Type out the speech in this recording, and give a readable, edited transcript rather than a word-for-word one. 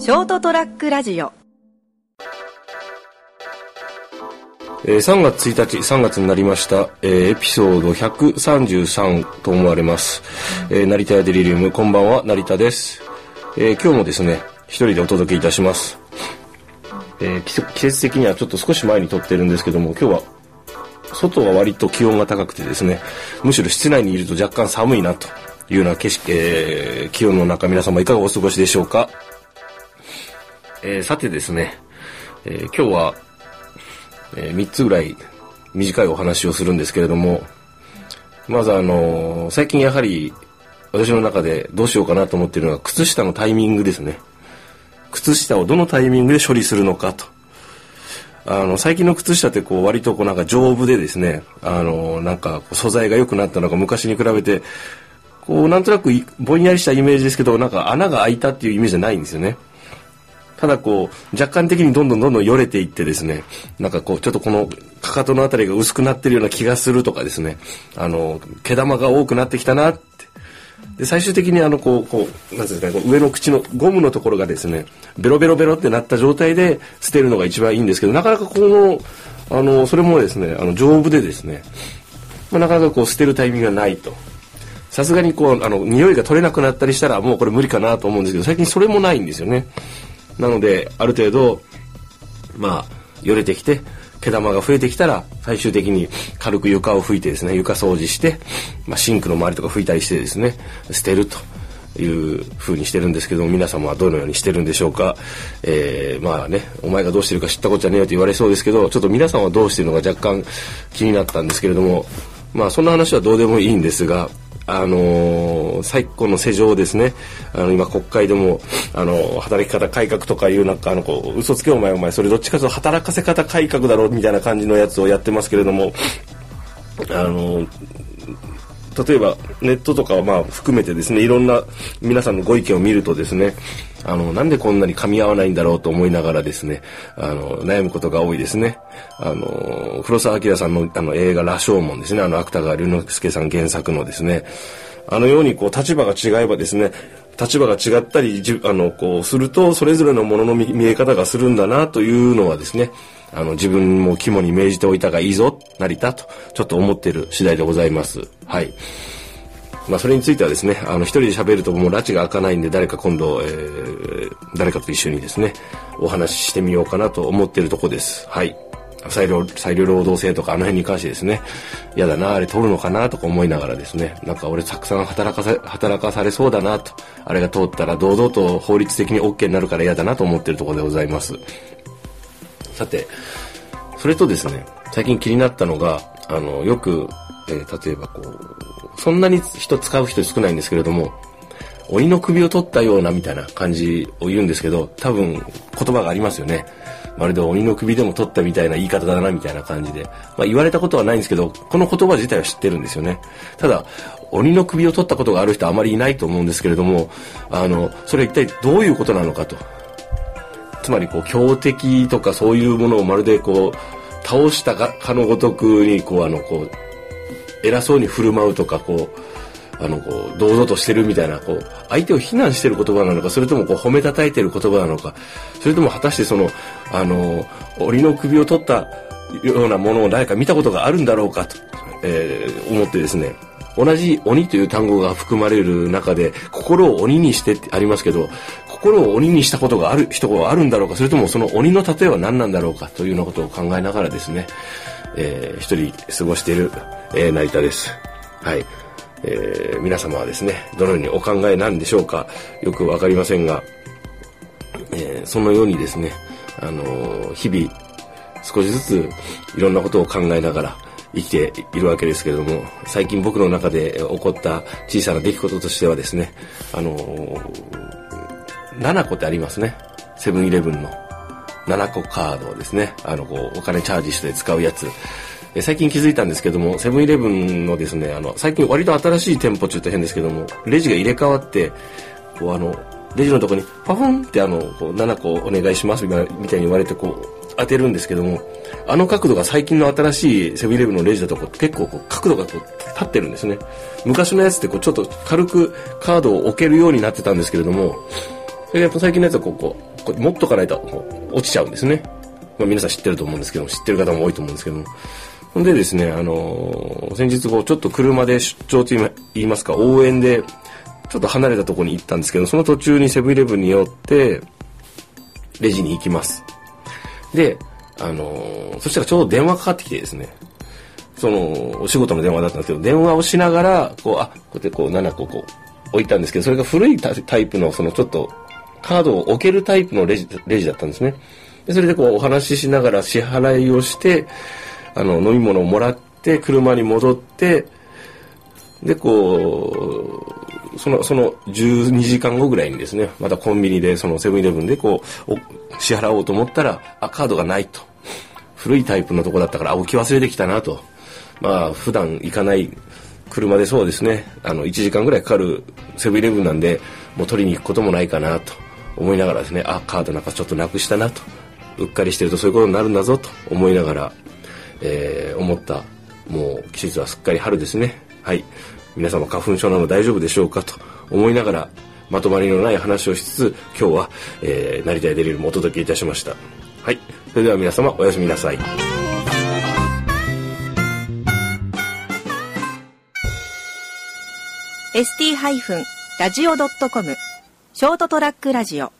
ショートトラックラジオ。 3月1日、3月になりました。エピソード133と思われます。成田屋デリリウム、こんばんは、成田です。今日もですね、一人でお届けいたします。季節的にはちょっと少し前に撮ってるんですけども、今日は外は割と気温が高くてですね、むしろ室内にいると若干寒いなというような気温の中、皆様いかがお過ごしでしょうか。さてですね、今日は3つぐらい短いお話をするんですけれども、まず最近やはり私の中でどうしようかなと思っているのが靴下のタイミングですね。靴下をどのタイミングで処理するのかと。最近の靴下って割となんか丈夫でですね、なんか素材が良くなったのが昔に比べてなんとなくぼんやりしたイメージですけど、なんか穴が開いたっていうイメージじゃないんですよね。ただ若干的にどんどんよれていってですね、なんかちょっとこのかかとのあたりが薄くなってるような気がするとかですね、毛玉が多くなってきたなって。で、最終的になんていうんですかね、上の口のゴムのところがですね、ベロベロベロってなった状態で捨てるのが一番いいんですけど、なかなかそれもですね、丈夫でですね、なかなか捨てるタイミングがないと。さすがに匂いが取れなくなったりしたらもうこれ無理かなと思うんですけど、最近それもないんですよね。なのである程度よれてきて毛玉が増えてきたら、最終的に軽く床を拭いてですね、床掃除して、シンクの周りとか拭いたりしてですね、捨てるという風にしてるんですけども、皆様はどのようにしてるんでしょうか。お前がどうしてるか知ったことじゃねえよと言われそうですけど、ちょっと皆さんはどうしてるのか若干気になったんですけれども、そんな話はどうでもいいんですが、昨今の世情ですね、今国会でも働き方改革とかいう嘘つけお前それどっちかというと働かせ方改革だろうみたいな感じのやつをやってますけれども、例えばネットとかは含めてですね、いろんな皆さんのご意見を見るとですね、なんでこんなに噛み合わないんだろうと思いながらですね、悩むことが多いですね。黒澤明さんの映画羅生門ですね、芥川龍之介さん原作のですね、ように立場が違えばですね、立場が違ったりすると、それぞれのものの見え方がするんだなというのはですね、自分も肝に銘じておいたがいいぞ成田とちょっと思っている次第でございます。はい。それについてはですね、一人で喋るともう拉致が開かないんで、誰か今度、誰かと一緒にですね、お話ししてみようかなと思っているとこです。はい。裁量労働制とか辺に関してですね、やだな、あれ通るのかなとか思いながらですね、なんか俺たくさん働かされそうだなと、あれが通ったら堂々と法律的に OK になるから嫌だなと思っているところでございます。さて、それとですね、最近気になったのが、よく、例えばそんなに使う人少ないんですけれども、鬼の首を取ったようなみたいな感じを言うんですけど、多分言葉がありますよね。まるで鬼の首でも取ったみたいな言い方だなみたいな感じで、言われたことはないんですけど、この言葉自体は知ってるんですよね。ただ鬼の首を取ったことがある人はあまりいないと思うんですけれども、それは一体どういうことなのかと。つまり強敵とかそういうものをまるで倒したかのごとくに偉そうに振る舞うとか堂々としてるみたいな相手を非難してる言葉なのか、それとも褒めたたえてる言葉なのか、それとも果たして鬼の首を取ったようなものを誰か見たことがあるんだろうかと、思ってですね、同じ鬼という単語が含まれる中で心を鬼にしてってありますけど、心を鬼にしたことがある人があるんだろうか、それともその鬼の例えは何なんだろうかというようなことを考えながらですね、一人過ごしている、成田です。はい。皆様はですね、どのようにお考えなんでしょうか。よくわかりませんが、そのようにですね、日々少しずついろんなことを考えながら生きているわけですけれども、最近僕の中で起こった小さな出来事としてはですね、7個ってありますね。セブンイレブンの7個カードをですね、お金チャージして使うやつ。最近気づいたんですけども、セブンイレブンのですね、最近割と新しい店舗中って変ですけども、レジが入れ替わって、レジのとこにパフンって7個お願いしますみたいに言われて当てるんですけども、角度が最近の新しいセブンイレブンのレジだと結構角度が立ってるんですね。昔のやつってちょっと軽くカードを置けるようになってたんですけれども、それやっぱ最近のやつはこう持っとかないと落ちちゃうんですね。皆さん知ってると思うんですけども、知ってる方も多いと思うんですけども。ほんでですね、先日ちょっと車で出張と言いますか、応援で、ちょっと離れたところに行ったんですけど、その途中にセブンイレブンに寄って、レジに行きます。で、そしたらちょうど電話かかってきてですね、お仕事の電話だったんですけど、電話をしながら、こうやって7個置いたんですけど、それが古いタイプの、ちょっと、カードを置けるタイプのレジだったんですね。でそれでお話ししながら支払いをして、飲み物をもらって、車に戻って、で、その12時間後ぐらいにですね、またコンビニで、セブンイレブンで支払おうと思ったら、カードがないと。古いタイプのとこだったから、置き忘れてきたなと。普段行かない車でそうですね、1時間ぐらいかかるセブンイレブンなんで、もう取りに行くこともないかなと思いながらですね、カードなんかちょっとなくしたなと。うっかりしてるとそういうことになるんだぞと思いながら、思った。もう季節はすっかり春ですね。はい。皆様花粉症なの大丈夫でしょうかと思いながら、まとまりのない話をしつつ、今日は、成田エデリルもお届けいたしました。はい。それでは皆様おやすみなさい。 ST-radio.com ショートトラックラジオ